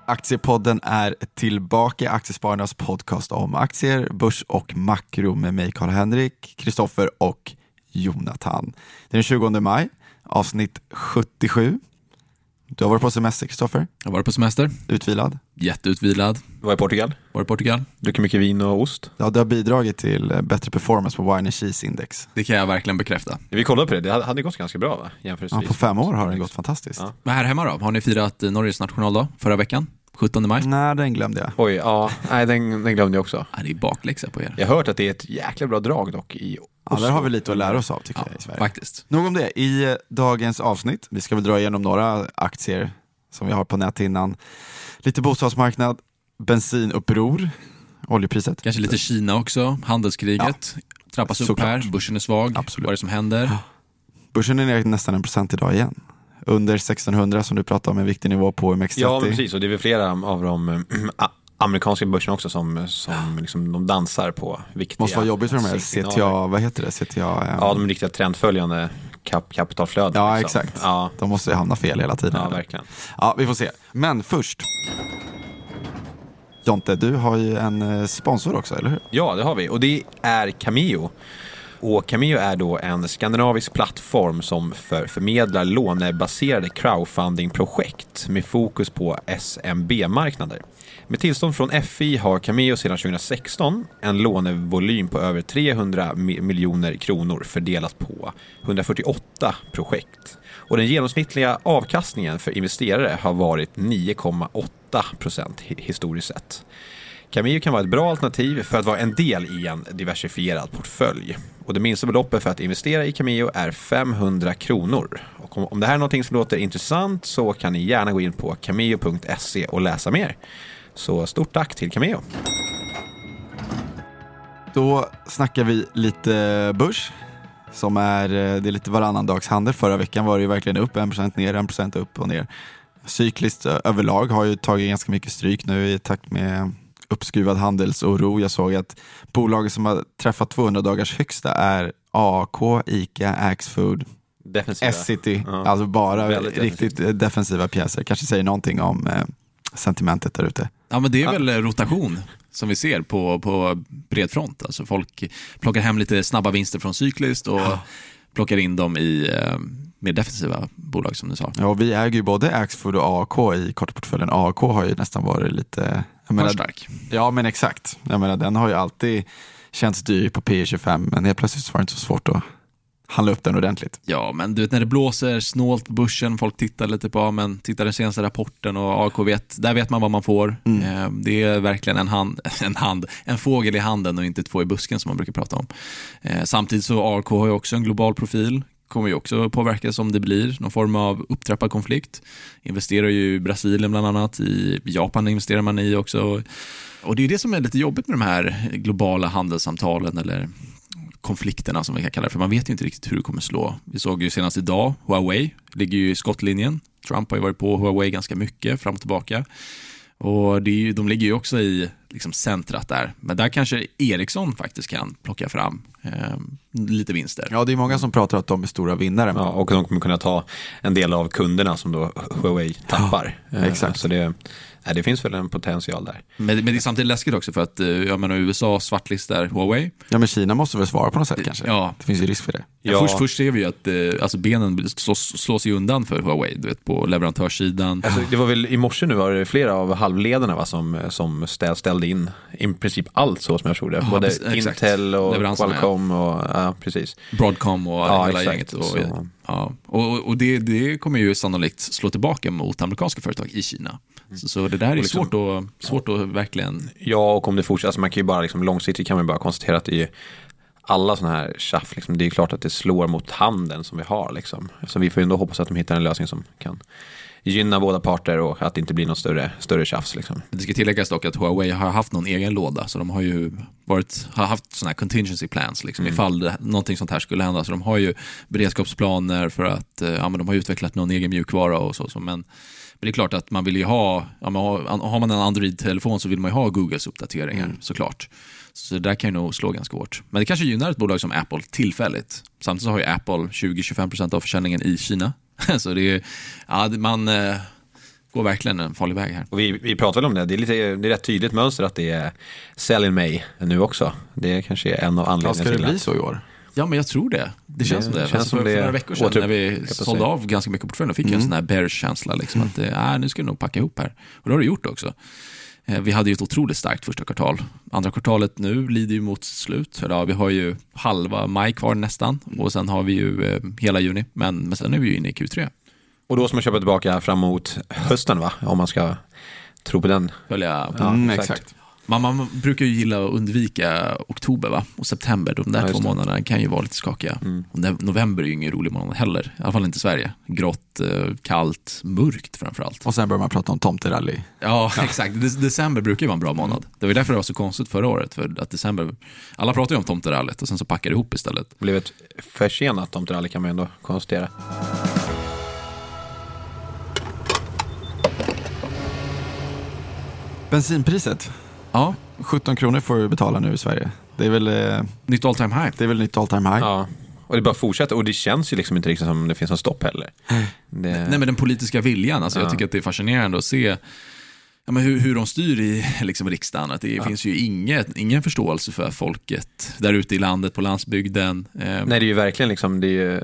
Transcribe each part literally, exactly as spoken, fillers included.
Aktiepodden är tillbaka, Aktiespararnas podcast om aktier, börs och makro med mig Karl-Henrik, Kristoffer och Jonathan. Det är den tjugonde maj, avsnitt sjuttiosju. Du har varit på semester, Kristoffer? Jag har varit på semester. Utvilad? Jätteutvilad. Du var i Portugal? Var i Portugal. Druckit mycket vin och ost? Ja, det har bidragit till bättre performance på Wine and Cheese Index. Det kan jag verkligen bekräfta. Vi kollade på det, det hade gått ganska bra va? Ja, på fem år har det gått fantastiskt. Ja. Men här hemma då, har ni firat Norges nationaldag förra veckan? sjuttonde maj? Nej, den glömde jag. Oj, ja, nej, den, den glömde jag också. Ja, det är bakläxa på er. Jag har hört att det är ett jäkla bra drag dock i Ja, där har vi lite att lära oss av tycker ja, jag i Sverige. Faktiskt. Nog om det. I dagens avsnitt, vi ska väl dra igenom några aktier som vi har på näthinnan. Lite bostadsmarknad, bensinuppror, oljepriset. Kanske lite Kina också, handelskriget. Ja. Trappas upp Såklart. här, börsen är svag. Absolut. Vad är det som händer? Ja. Börsen är ner nästan en procent idag igen. Under sextonhundra som du pratade om, en viktig nivå på O M X trettio. Ja, precis. Och det är väl flera av de äh, amerikanska börserna också som, som liksom, de dansar på viktiga... Måste vara jobbigt för de här C T A, vad heter det? C T A, um... Ja, de är riktigt trendföljande kap- kapitalflöden. Ja, liksom. exakt. Ja. De måste ju hamna fel hela tiden. Ja, eller? verkligen. Ja, vi får se. Men först... Jonte, du har ju en sponsor också, eller hur? Ja, det har vi. Och det är Cameo. Och Cameo är då en skandinavisk plattform som för, förmedlar lånebaserade crowdfunding-projekt med fokus på S M B-marknader. Med tillstånd från F I har Cameo sedan tjugohundrasexton en lånevolym på över trehundra miljoner kronor fördelat på hundrafyrtioåtta projekt. Och den genomsnittliga avkastningen för investerare har varit nio komma åtta procent historiskt sett. Cameo kan vara ett bra alternativ för att vara en del i en diversifierad portfölj. Och det minsta beloppet för att investera i Cameo är femhundra kronor. Och om, om det här är någonting som låter intressant så kan ni gärna gå in på cameo punkt se och läsa mer. Så stort tack till Cameo. Då snackar vi lite börs. Som är, det är lite varannan dags handel. Förra veckan var det ju verkligen upp, en procent ner, en procent upp och ner. Cykliskt överlag har ju tagit ganska mycket stryk nu i takt med uppskruvad handelsoro. Jag såg att bolaget som har träffat tvåhundra dagars högsta är A K, ICA, Axfood, defensiva. S-City. Ja. Alltså bara Väldigt riktigt defensivt. defensiva pjäser. Kanske säger någonting om eh, sentimentet där ute. Ja, men det är väl rotation som vi ser på, på bred front. Alltså folk plockar hem lite snabba vinster från cyklist och ja. plockar in dem i eh, mer defensiva bolag som du sa. Ja, och vi äger ju både Axfood och A K i kortportföljen. A K har ju nästan varit lite... Jag menar, stark. Ja, men exakt. Jag menar, den har ju alltid känts dyr på P E tjugofem, men helt plötsligt var det inte så svårt att handla upp den ordentligt. Ja, men du vet när det blåser snålt på börsen, folk tittar lite på, men tittar den senaste rapporten och A K vet, där vet man vad man får. Mm. Det är verkligen en hand, en hand, en fågel i handen och inte två i busken som man brukar prata om. Samtidigt så A K har ju också en global profil. Kommer ju också påverkas om det blir någon form av upptrappad konflikt. Investerar ju i Brasilien bland annat, i Japan investerar man i också. Och det är det som är lite jobbigt med de här globala handelssamtalen eller konflikterna som vi kan kalla det, för man vet ju inte riktigt hur det kommer slå. Vi såg ju senast idag, Huawei ligger ju i skottlinjen. Trump har ju varit på Huawei ganska mycket fram och tillbaka. Och det är ju, de ligger ju också i liksom centrat där. Men där kanske Ericsson faktiskt kan plocka fram eh, lite vinster. Ja, det är många som pratar att de är stora vinnare. Ja, och de kommer kunna ta en del av kunderna som då Huawei tappar. Ja, exakt. Så det, nej, det finns väl en potential där. Men, men det är samtidigt läskigt också för att jag menar, U S A svartlistar Huawei. Ja, men Kina måste väl svara på något sätt kanske. Ja. Det finns ju risk för det. Ja. Ja, först, först ser vi ju att eh, alltså benen slås, slås ju undan för Huawei, du vet, på leverantörssidan. Alltså, det var väl i morse nu var det flera av halvledarna va, som, som ställde in i princip allt så som jag tror det. Ja, både precis, Intel och Qualcomm ja. och ja, precis. Broadcom och ja, hela exakt. gänget. Och, så. ja. och, och det, det kommer ju sannolikt slå tillbaka mot amerikanska företag i Kina. Mm. Så, så det där är liksom, svårt, att, svårt att verkligen... Ja, och om det fortsätter, alltså man kan ju bara liksom, långsiktigt kan man bara konstatera att det är alla sådana här tjaff, liksom, det är klart att det slår mot handeln som vi har. Liksom. Så vi får ju ändå hoppas att de hittar en lösning som kan gynna båda parter och att det inte blir någon större, större tjafs. Liksom. Det ska tilläggas dock att Huawei har haft någon egen låda, så de har ju varit, har haft sådana här contingency plans liksom, mm. ifall det, någonting sånt här skulle hända. Så de har ju beredskapsplaner för att ja, men de har utvecklat någon egen mjukvara och så. så men, men det är klart att man vill ju ha, ja, man har, har man en Android-telefon så vill man ju ha Googles uppdateringar mm. såklart. Så det där kan ju nog slå ganska hårt. Men det kanske gynnar ett bolag som Apple tillfälligt. Samtidigt så har ju Apple tjugo till tjugofem procent av försäljningen i Kina. Så det är, ja, man, går verkligen en farlig väg här. Och vi, vi pratade om det, det är, lite, det är rätt tydligt mönster att det är sell in May nu också. Det kanske är en av anledningarna ja, ska det till bli så i år? Ja, men jag tror det. Det känns det som det. Känns alltså, som för, det för några veckor sedan åter... när vi sålde av ganska mycket portfölj, fick jag mm. en sån här bearish-känsla. Liksom, mm. att äh, nu ska det nog packa ihop här. Och det har det gjort också. Eh, vi hade ju ett otroligt starkt första kvartal. Andra kvartalet nu lider ju mot slut. Ja, vi har ju halva maj kvar nästan. Och sen har vi ju eh, hela juni. Men, men sen är vi ju inne i Q tre. Och då ska man köpa tillbaka fram mot hösten, va? Om man ska tro på den. Följa. Ja, mm, exakt. exakt. Man, man brukar ju gilla att undvika oktober, va? Och september. De där ja, två månaderna kan ju vara lite skakiga. Mm. Och november är ju ingen rolig månad heller. I alla fall inte i Sverige. Grått, kallt, mörkt framförallt. Och sen börjar man prata om tomterally. Ja, ja. exakt. De- december brukar ju vara en bra månad. Det var därför det var så konstigt förra året. För att december, alla pratar ju om tomterallyt och sen så packar det ihop istället. Det blev ett försenat tomterally kan man ändå konstatera. Bensinpriset. Ja. sjutton kronor får du betala nu i Sverige. Det är väl eh, nytt all time high. Det är väl nytt all time high. Ja. Och det bara fortsätter och det känns ju liksom inte riktigt som det finns någon stopp heller. Det... Nej, men den politiska viljan, alltså, ja. Jag tycker att det är fascinerande att se ja, men hur, hur de styr i liksom, riksdagen. Att det ja. finns ju inget, ingen förståelse för folket där ute i landet, på landsbygden. Eh. Nej, det är ju verkligen liksom, det är ju,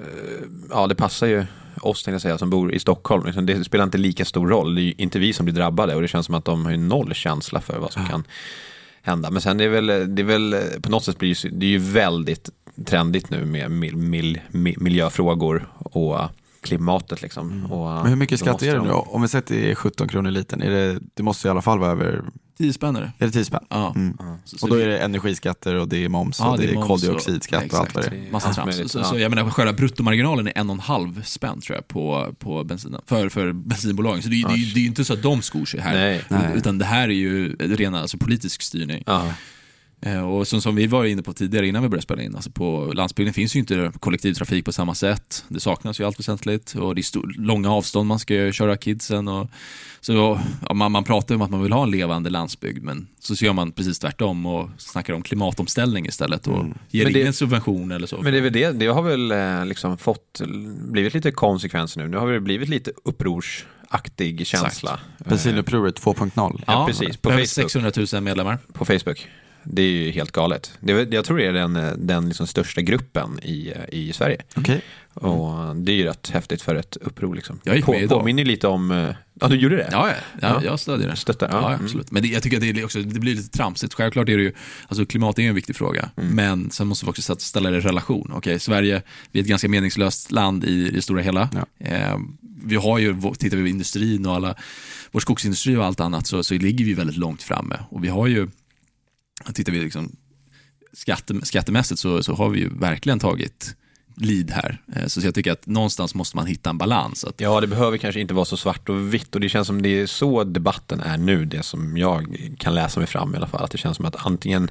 ja, det passar ju oss, tänkte jag säga, som bor i Stockholm. Liksom, det spelar inte lika stor roll. Det är ju inte vi som blir drabbade och det känns som att de har ju noll känsla för vad som ja. kan hända. Men sen det är väl, det är väl på något sätt blir det är ju väldigt trendigt nu med mil, mil, mil, miljöfrågor och klimatet liksom. Mm. Och, men hur mycket skatt är det nu då? Om vi sätter det sjutton kronor liten, är det, det måste i alla fall vara över tio spänn är det. Är det tio spänn? Ja. Mm. ja. Så, och då är det energiskatter och det är moms ja, och det är, det är koldioxidskatt och, och allt vad det är. Massa ja, trams. Så, så, ja. så jag menar, själva bruttomarginalen är en och en halv spänn tror jag på, på bensinen. För, för bensinbolagen. Så det, det, det, det är ju inte så att de skor sig här. Nej. Nej. Utan det här är ju rena alltså, politisk styrning. Ja. Och som, som vi var inne på tidigare innan vi började spela in, alltså på landsbygden finns ju inte kollektivtrafik på samma sätt. Det saknas ju allt väsentligt och det är stor, långa avstånd man ska köra kidsen. Och, så, ja, man, man pratar om att man vill ha en levande landsbygd, men så gör man precis tvärtom och snackar om klimatomställning istället och mm. ger det, ingen subvention eller så. Men det, är väl det, det har väl liksom fått, blivit lite konsekvenser nu. Nu har det blivit lite upprorsaktig känsla. Bensinupproret två punkt noll. Ja, ja, precis. På Facebook. sexhundratusen medlemmar. På Facebook. Det är ju helt galet. Det, jag tror det är den, den liksom största gruppen i, i Sverige. Okay. Mm. Och det är ju rätt häftigt för ett uppror. Liksom. Jag gick med på, idag. Påminner lite om... Ja, du gjorde det? Ja, ja, ja, ja. jag stödjer det. Stöttar, ja. Ja, absolut. Men det, jag tycker att det, är också, det blir lite tramsigt. Självklart är det ju... Alltså klimat är en viktig fråga. Mm. Men sen måste vi också ställa det i relation. Okej, Sverige, vi är ett ganska meningslöst land i det stora hela. Ja. Eh, vi har ju, tittar vi på industrin och alla... Vår skogsindustri och allt annat så, så ligger vi väldigt långt framme. Och vi har ju... Tittar vi liksom... Skatte, skattemässigt så, så har vi ju verkligen tagit lead här. Så jag tycker att någonstans måste man hitta en balans. Att... Ja, det behöver kanske inte vara så svart och vitt och det känns som det är så debatten är nu, det som jag kan läsa mig fram i alla fall. Att det känns som att antingen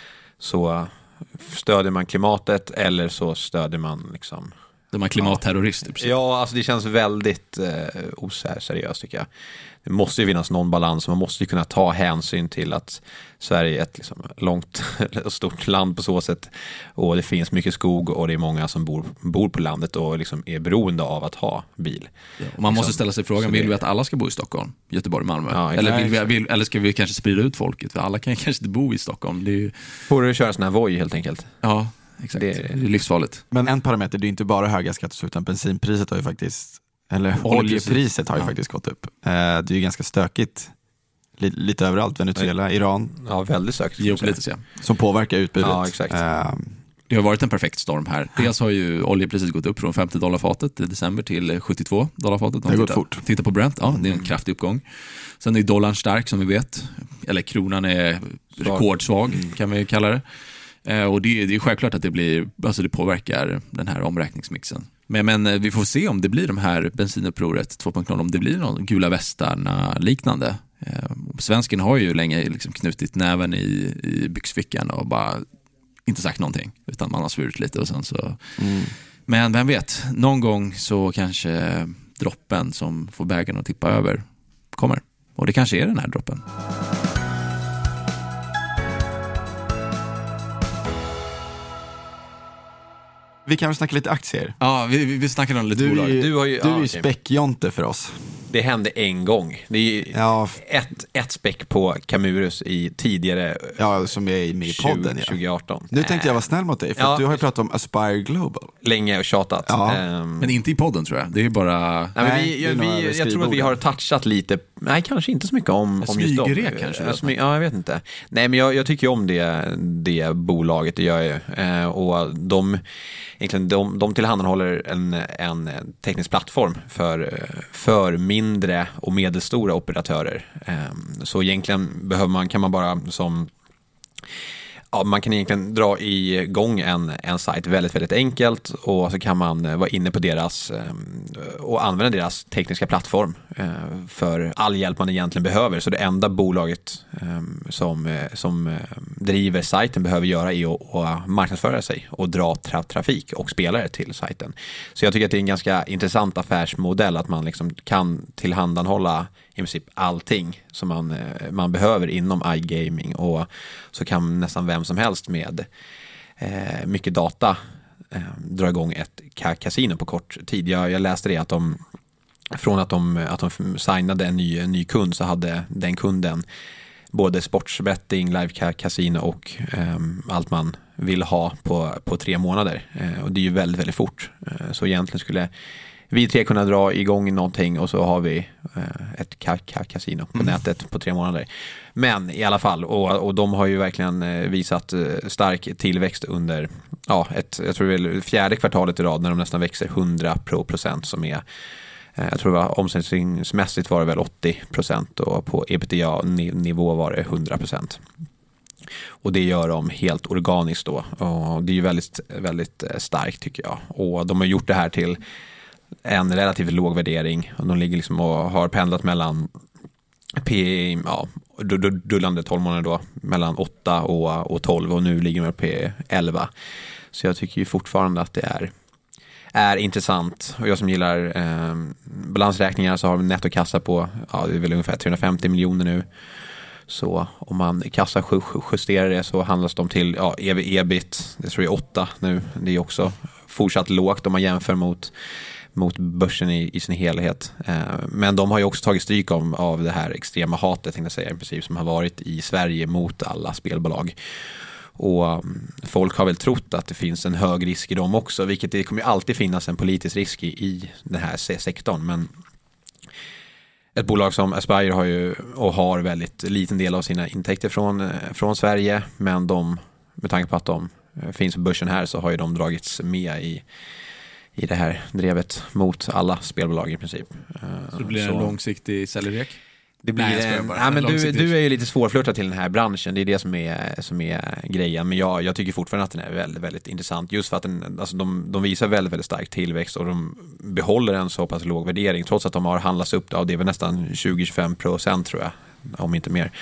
så stöder man klimatet eller så stöder man liksom... De är klimatterrorister. Ja, ja, alltså det känns väldigt eh, oseriöst tycker jag. Det måste ju finnas någon balans. Man måste ju kunna ta hänsyn till att Sverige är ett liksom långt och stort land på så sätt. Och det finns mycket skog och det är många som bor, bor på landet och liksom är beroende av att ha bil. Ja, och man måste liksom, ställa sig frågan, vill det... vi att alla ska bo i Stockholm, Göteborg, Malmö? Ja, eller, vill vi, vill, eller ska vi kanske sprida ut folket? För alla kan kanske inte bo i Stockholm. Det är ju... Får du köra sån här Voi helt enkelt? Ja, exakt. Det är, det är livsfarligt. Men en parameter, det är inte bara höga skatter utan bensinpriset har ju faktiskt, eller oljepriset har ju ja. faktiskt gått upp. Det är ju ganska stökigt lite, lite överallt, Venezuela, Iran. Ja, väldigt stökigt. Geopolitiskt, ja. Som påverkar utbudet. Ja, exakt. Uh, det har varit en perfekt storm här. Dels har ju oljepriset gått upp från femtio dollar fatet i december till sjuttiotvå dollar fatet. Det har gått fort. Titta på Brent, ja, det är en mm. kraftig uppgång. Sen är dollarn stark som vi vet. Eller kronan är rekordsvag mm. kan vi kalla det. Och det, det är självklart att det blir, alltså det påverkar den här omräkningsmixen. Men, men vi får se om det blir de här bensinupproret två punkt noll, om det blir någon gula västarna liknande. Svensken har ju länge liksom knutit näven i, i byxfickan och bara inte sagt någonting, utan man har svurit lite och sen så... Mm. Men vem vet, någon gång så kanske droppen som får bägaren att tippa över kommer. Och det kanske är den här droppen. Vi kan väl snacka lite aktier. Ja, vi, vi, vi snackar om lite du bolag. Är ju, du, har ju, du ja, är ju okay. späckjonte för oss. Det hände en gång. Det är Ja. ett, ett späck på Camurus i tidigare Ja, som är med i podden. Ja. tjugo arton. Nu tänkte jag vara snäll mot dig, för Ja. att du har ju pratat om Aspire Global. Länge och tjatat. Ja. Ehm, Men inte i podden tror jag. Det är bara... Nej, men Nej, vi, det är några vi, jag tror att vi skrivborden. har touchat lite, nej kanske inte så mycket om, om just dem. Smygrek kanske? Ja, smy, ja, jag vet inte. Nej, men jag, jag tycker ju om det, det bolaget, det gör jag ju. Eh, och de, egentligen, de, de tillhandahåller en, en teknisk plattform för, för mindre och medelstora operatörer. Eh, så egentligen behöver man, kan man bara som... Ja, man kan egentligen dra igång en, en sajt väldigt, väldigt enkelt och så kan man vara inne på deras och använda deras tekniska plattform för all hjälp man egentligen behöver. Så det enda bolaget som, som driver sajten behöver göra är att, att marknadsföra sig och dra tra- trafik och spelare till sajten. Så jag tycker att det är en ganska intressant affärsmodell att man liksom kan tillhandanhålla i princip allting som man, man behöver inom iGaming, och så kan nästan vem som helst med eh, mycket data eh, dra igång ett ka- kasino på kort tid. Jag, jag läste det att de från att de, att de signade en ny, en ny kund så hade den kunden både sportsbetting, live casino och eh, allt man vill ha på, på tre månader. Eh, och det är ju väldigt, väldigt fort. Eh, så egentligen skulle vi tre kunna dra igång någonting och så har vi eh, ett ka- ka- kasino på mm. nätet på tre månader. Men i alla fall, och, och de har ju verkligen eh, visat eh, stark tillväxt under ja, ett, jag tror det är fjärde kvartalet i rad när de nästan växer hundra procent som är, eh, jag tror det var omsättningsmässigt var det väl åttio procent och på ebitda-nivå var det hundra procent. Och det gör de helt organiskt då. Och det är ju väldigt, väldigt starkt tycker jag. Och de har gjort det här till en relativt låg värdering. Och de ligger liksom och har pendlat mellan P, ja, dullande tolv månader då, mellan åtta och, och tolv, och nu ligger man på elva. Så jag tycker ju fortfarande att det är, är intressant. Och jag som gillar eh, balansräkningar så har vi nettokassa på, ja, det är väl ungefär trehundrafemtio miljoner nu. Så om man kassa justerar det så handlas de till ja, E V ebit, det tror jag är åtta nu. Det är också fortsatt lågt om man jämför mot mot börsen i, i sin helhet. Eh, men de har ju också tagit stryk om, av det här extrema hatet, tänkte jag säga, i princip, som har varit i Sverige mot alla spelbolag. Och um, folk har väl trott att det finns en hög risk i dem också, vilket det kommer ju alltid finnas en politisk risk i, i den här sektorn. Men ett bolag som Aspire har ju och har väldigt liten del av sina intäkter från, från Sverige, men de, med tanke på att de finns på börsen här, så har ju de dragits med i i det här drevet mot alla spelbolag i princip. Så det blir så en långsiktig säljrek? Det blir nej, en, nej, men du, du är ju lite svårflörtad till den här branschen. Det är det som är, som är grejen. Men jag, jag tycker fortfarande att den är väldigt, väldigt intressant. Just för att den, alltså de, de visar väldigt, väldigt stark tillväxt och de behåller en så pass låg värdering trots att de har handlats upp av det är väl nästan tjugo till tjugofem procent tror jag, om inte mer,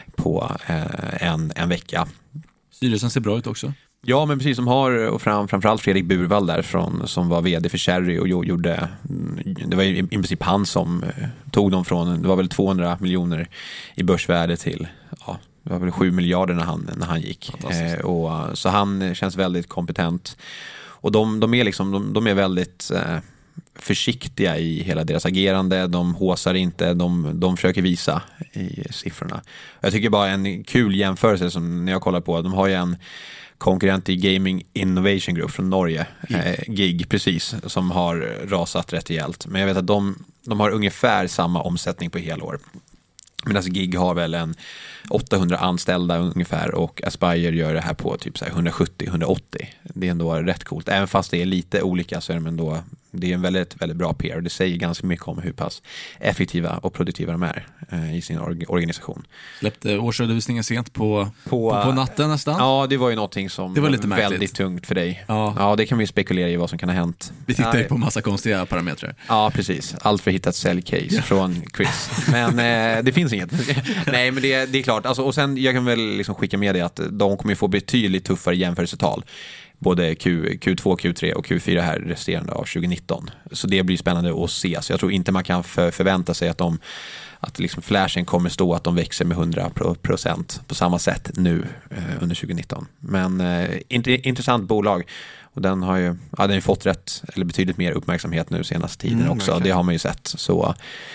på eh, en, en vecka. Styrelsen ser bra ut också. Ja, men precis, som har, och fram, framförallt Fredrik Burvall där från, som var vd för Cherry och gjorde, det var i, i princip han som tog dem från, det var väl tvåhundra miljoner i börsvärde till, ja, det var väl sju miljarder när han, när han gick. Eh, och, så han känns väldigt kompetent. Och de, de är liksom, de, de är väldigt eh, försiktiga i hela deras agerande. De håsar inte, de, de försöker visa i siffrorna. Jag tycker bara en kul jämförelse som när jag kollar på, de har ju en konkurrent i Gaming Innovation Group från Norge, eh, GIG, precis, som har rasat rätt rejält. Men jag vet att de, de har ungefär samma omsättning på helår. Medan GIG har väl en åttahundra anställda ungefär och Aspire gör det här på typ så här hundrasjuttio till hundraåttio. Det är ändå rätt coolt. Även fast det är lite olika så är det ändå, det är en väldigt, väldigt bra P R och det säger ganska mycket om hur pass effektiva och produktiva de är eh, i sin org- organisation. Släppte årsredovisningen sent på, på, på, på natten nästan. Ja, det var ju någonting som det var lite var väldigt märkligt. Tungt för dig. Ja. ja, det kan vi spekulera i vad som kan ha hänt. Vi tittar ju ja, på massa konstiga parametrar. Ja, precis. Allt för att hitta ett säljcase ja. från Chris. Men eh, det finns inget. Nej, men det, det är klart. Alltså, och sen, jag kan väl liksom skicka med det att de kommer få betydligt tuffare jämförelsetal. Både Q, Q2, Q tre och Q fyra här resterande av tjugonitton. Så det blir spännande att se. Så jag tror inte man kan för, förvänta sig att de att liksom flashen kommer stå att de växer med hundra procent på samma sätt nu eh, under tjugonitton. Men eh, int- intressant bolag. Och den har ju ja, den har fått rätt eller betydligt mer uppmärksamhet nu senaste tiden mm, också. Verkligen. Det har man ju sett. Så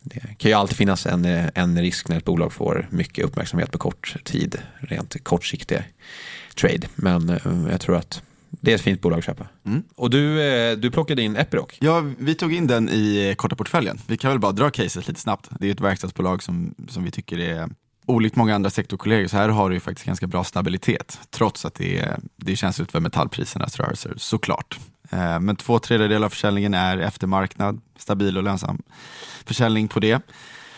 Det kan ju alltid finnas en, en risk när ett bolag får mycket uppmärksamhet på kort tid, rent kortsiktig trade. Men jag tror att det är ett fint bolag att köpa. Mm. Och du, du plockade in Epiroc. Ja, vi tog in den i korta portföljen. Vi kan väl bara dra caset lite snabbt. Det är ett verkstadsbolag som, som vi tycker är olikt många andra sektorkollegor. Så här har det ju faktiskt ganska bra stabilitet. Trots att det, är, det känns ut för metallprisernas rörelser, såklart. Men två tredjedelar av försäljningen är eftermarknad, stabil och lönsam försäljning på det.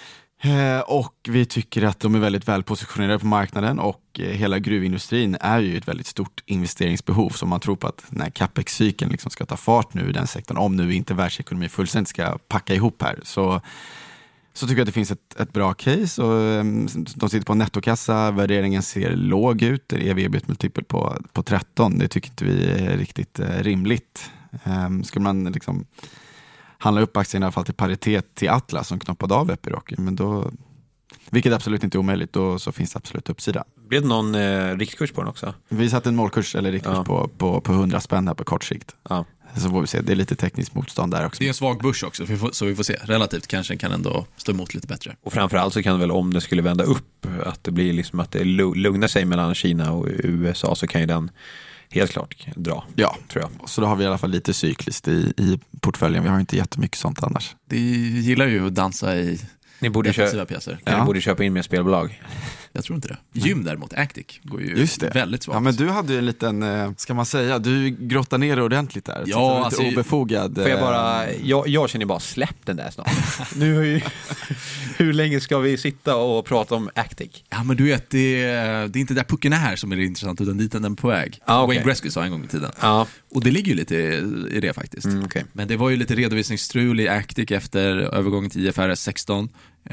Och vi tycker att de är väldigt väl positionerade på marknaden och hela gruvindustrin är ju ett väldigt stort investeringsbehov, som man tror på att när capex-cykeln liksom ska ta fart nu i den sektorn, om nu inte världsekonomin fullständigt ska packa ihop här, så, så tycker jag att det finns ett, ett bra case och de sitter på en nettokassa, värderingen ser låg ut, E V-multipel på, på tretton, det tycker inte vi är riktigt rimligt. Ska man liksom handla upp aktien i alla fall till paritet till Atlas som knoppade av Epiroc, men då, vilket absolut inte är omöjligt, då så finns det absolut uppsida. Blev det någon eh, riktkurs på den också? Vi satte en målkurs eller riktkurs ja. på, på, på hundra spänn här på kort sikt. Ja. Så får vi se, det är lite tekniskt motstånd där också. Det är en svag börs också, så vi får, så vi får se. Relativt kanske kan ändå stå emot lite bättre. Och framförallt så kan det väl, om det skulle vända upp, att det blir liksom att det lugnar sig mellan Kina och U S A, så kan ju den helt klart dra, ja, tror jag. Så då har vi i alla fall lite cykliskt i, i portföljen. Vi har inte jättemycket sånt annars. Det gillar ju att dansa i Ni borde defensiva pjäser. Ja. Ni borde köpa in med spelbolag. Jag tror inte det. Gym däremot, Actic, går ju Just det. väldigt svagt. Ja, men du hade ju en liten, ska man säga, du grottar ner ordentligt där. Ja, alltså, lite obefogad. Får jag bara, jag, jag känner bara, släpp den där snart. nu ju, hur länge ska vi sitta och prata om Actic? Ja, men du vet, det, det är inte där pucken är här som är det intressant, utan dit är den på väg. Ah, okay. Wayne Gretzky sa en gång i tiden. Ah. Och det ligger ju lite i det faktiskt. Mm, okay. Men det var ju lite redovisningsstrul i Actic efter övergången till I F R S sexton.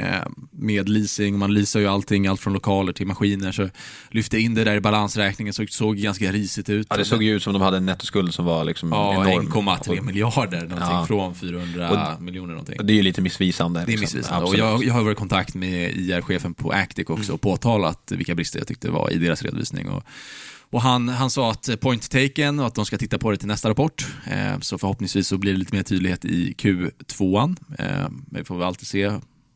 Med leasing, man leasar ju allting, allt från lokaler till maskiner, så lyfte in det där i balansräkningen, så såg ganska risigt ut. Ja, det såg ju ut som de hade en nettoskuld som var liksom ja, enorm. en komma tre miljarder någonting, ja. Från fyrahundra och, miljoner någonting. Och det är ju lite missvisande. Det är liksom. missvisande. Och jag, jag har varit i kontakt med I R-chefen på Actic också mm. och påtalat vilka brister jag tyckte var i deras redovisning, och Och han, han sa att point taken och att de ska titta på det till nästa rapport. Eh, så förhoppningsvis så blir det lite mer tydlighet i Q två. Eh, vi får väl alltid se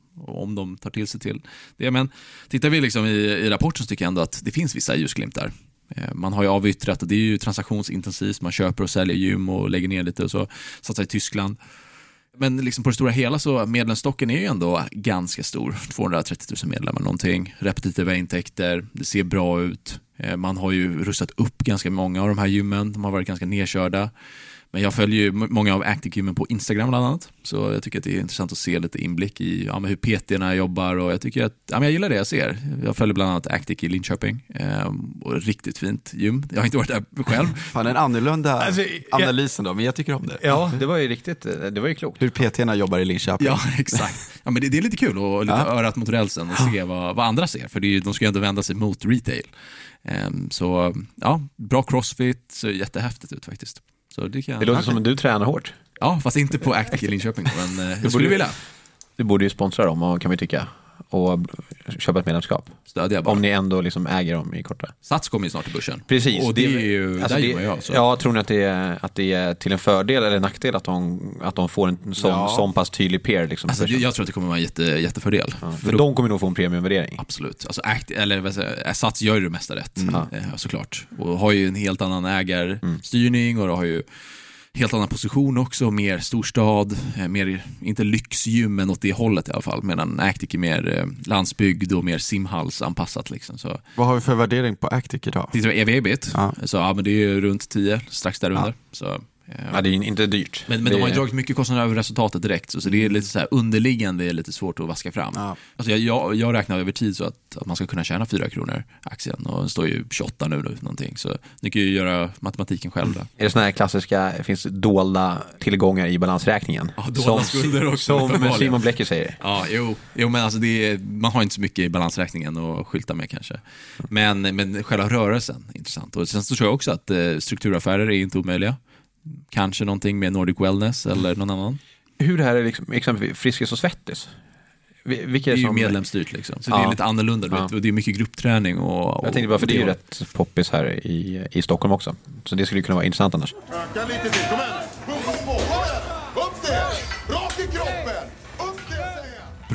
om de tar till sig till det. Men tittar vi liksom i, i rapporten, så tycker jag ändå att det finns vissa ljusglimtar. Eh, man har ju avyttrat, och det är ju transaktionsintensivt. Man köper och säljer gym och lägger ner lite och så satsar i Tyskland. Men liksom på det stora hela så medlemsstocken är ju ändå ganska stor. tvåhundratrettio tusen medlemmar någonting. Repetitiva intäkter, det ser bra ut. Man har ju rustat upp ganska många av de här gymmen. De har varit ganska nedkörda. Men jag följer ju många av Actic-gymmen på Instagram bland annat. Så jag tycker att det är intressant att se lite inblick i ja, hur P T-erna jobbar. Och jag tycker att ja, men jag gillar det jag ser. Jag följer bland annat Actic i Linköping. Ehm, och riktigt fint gym. Jag har inte varit där själv. Fan, en annorlunda alltså, analysen då, men jag tycker om det. Ja, det var ju riktigt, det var ju klokt. Hur P T-erna jobbar i Linköping. Ja, exakt. Ja, men det, det är lite kul att lite ja. örat mot rälsen och se vad, vad andra ser. För det är ju, de ska ju ändå vända sig mot retail. Ehm, så ja, bra crossfit, så jättehäftigt ut faktiskt. Så det, kan... det låter som att du tränar hårt. Ja, fast inte på Actic i Linköping. Men eh, jag skulle vilja. Du borde ju sponsra dem, kan vi tycka. Och köpa ett medlemskap. Stödja bara. Om ni ändå liksom äger dem i korta. Sats kommer ju snart till börsen. Precis. Och det är ju, alltså där det, jag, så. Ja, tror ni att det, är, att det är till en fördel eller en nackdel att de, att de får en sån, ja. sån pass tydlig peer? Liksom, alltså, jag tror att det kommer vara en jätte, jättefördel. Ja, för, för då, de kommer nog få en premiumvärdering. Absolut. Alltså, act, eller, vad säger, Sats gör ju det mesta rätt, mm. eh, såklart. Och har ju en helt annan ägarstyrning mm. och har ju helt annan position också, mer storstad, mer, inte lyxgym men åt det hållet i alla fall, medan Actic är mer eh, landsbygd och mer simhalsanpassat liksom. Så. Vad har vi för värdering på Actic idag? Det är E V-bit, ja. Så ja, men det är ju runt tio, strax där under. Ja. Så ja, det är inte dyrt. Men, men det... de har ju dragit mycket kostnader över resultatet direkt, så, så det är lite så här underliggande, är lite svårt att vaska fram. Ja. Alltså jag, jag, jag räknar över tid så att, att man ska kunna tjäna fyra kronor aktien, och den står ju tjugoåtta nu någonting, så ni kan ju göra matematiken själv där. Är det såna här klassiska, finns dolda tillgångar i balansräkningen? Ja, dolda som, skulder också. Som Simon Blecker säger. Ja, jo, jo men alltså det är, man har inte så mycket i balansräkningen att skylta med kanske. Men, men själva rörelsen är intressant. Och sen så tror jag också att eh, strukturaffärer är inte omöjliga. Kanske någonting med Nordic Wellness eller någon annan. Hur det här är liksom, exempelvis Friskis och Svettis? Vilka är det är som... ju medlemsstyrt liksom. Så ja. det är lite annorlunda. Ja. Och det är mycket gruppträning. Och, och, jag tänkte bara, för det är ju rätt poppis här i, i Stockholm också. Så det skulle kunna vara intressant annars. Öka lite till, kom igen. Upp det, upp det. Rakt i kroppen. Upp det, säger jag.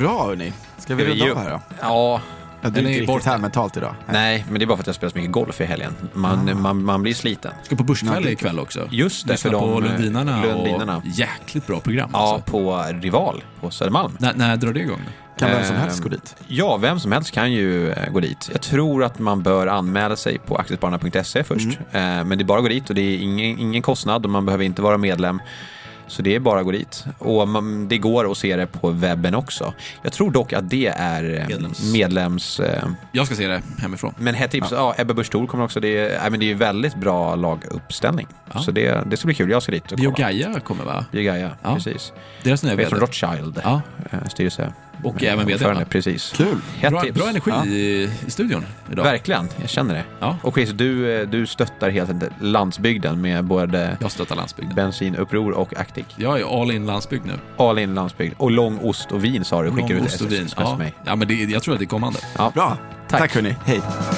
Bra hörni. Ska vi Ska vi runda ge av upp? här då? Ja, Ja, du är Eller inte är riktigt borta. här mentalt idag. nej, men det är bara för att jag spelar så mycket golf i helgen. Man, Ah. man, man blir sliten. Ska på Börskväll Ja, ikväll också. Just det, Lyssna för på de, Lundinarna, Lundinarna. och jäkligt bra program. Ja, Alltså. på Rival på Södermalm. När, när drar det igång? Kan vem som Ehm, helst gå dit? Ja, vem som helst kan ju eh, gå dit. Jag tror att man bör anmäla sig på aktiespararna punkt se först. Mm. Eh, men det är bara att gå dit och det är ingen, ingen kostnad och man behöver inte vara medlem. Så det är bara att gå dit. Och man, det går att se det på webben också. Jag tror dock att det är eh, Medlems. medlems eh, Jag ska se det hemifrån. men ett tips, ja, Ebba Busch Thor kommer också. Det är, nej, men det är ju väldigt bra laguppställning. Ja. Så det, det ska bli kul. Jag ska dit och kolla. Biogaia kommer va? Biogaia, Ja. precis. Deras nya Jag vet från vd. Rothschild, Ja. eh, styrelse. Och Eh, även vd, ordförande, va? precis. Kul. Hett Bra, tips. bra energi Ja. i, i studion idag. Verkligen, jag känner det. Ja. Och Chris, du, eh, du stöttar helt enkelt landsbygden med både Jag stöttar landsbygden. bensinuppror och Actic. Jag är all in landsbygd nu. All in landsbygd. Och lång ost och vin sa du, skickar Lång ut ost och vin. sms Ja. mig. ja, men det, jag tror att det är kommande. Ja. Bra. Tack. Tack hörni. Hej.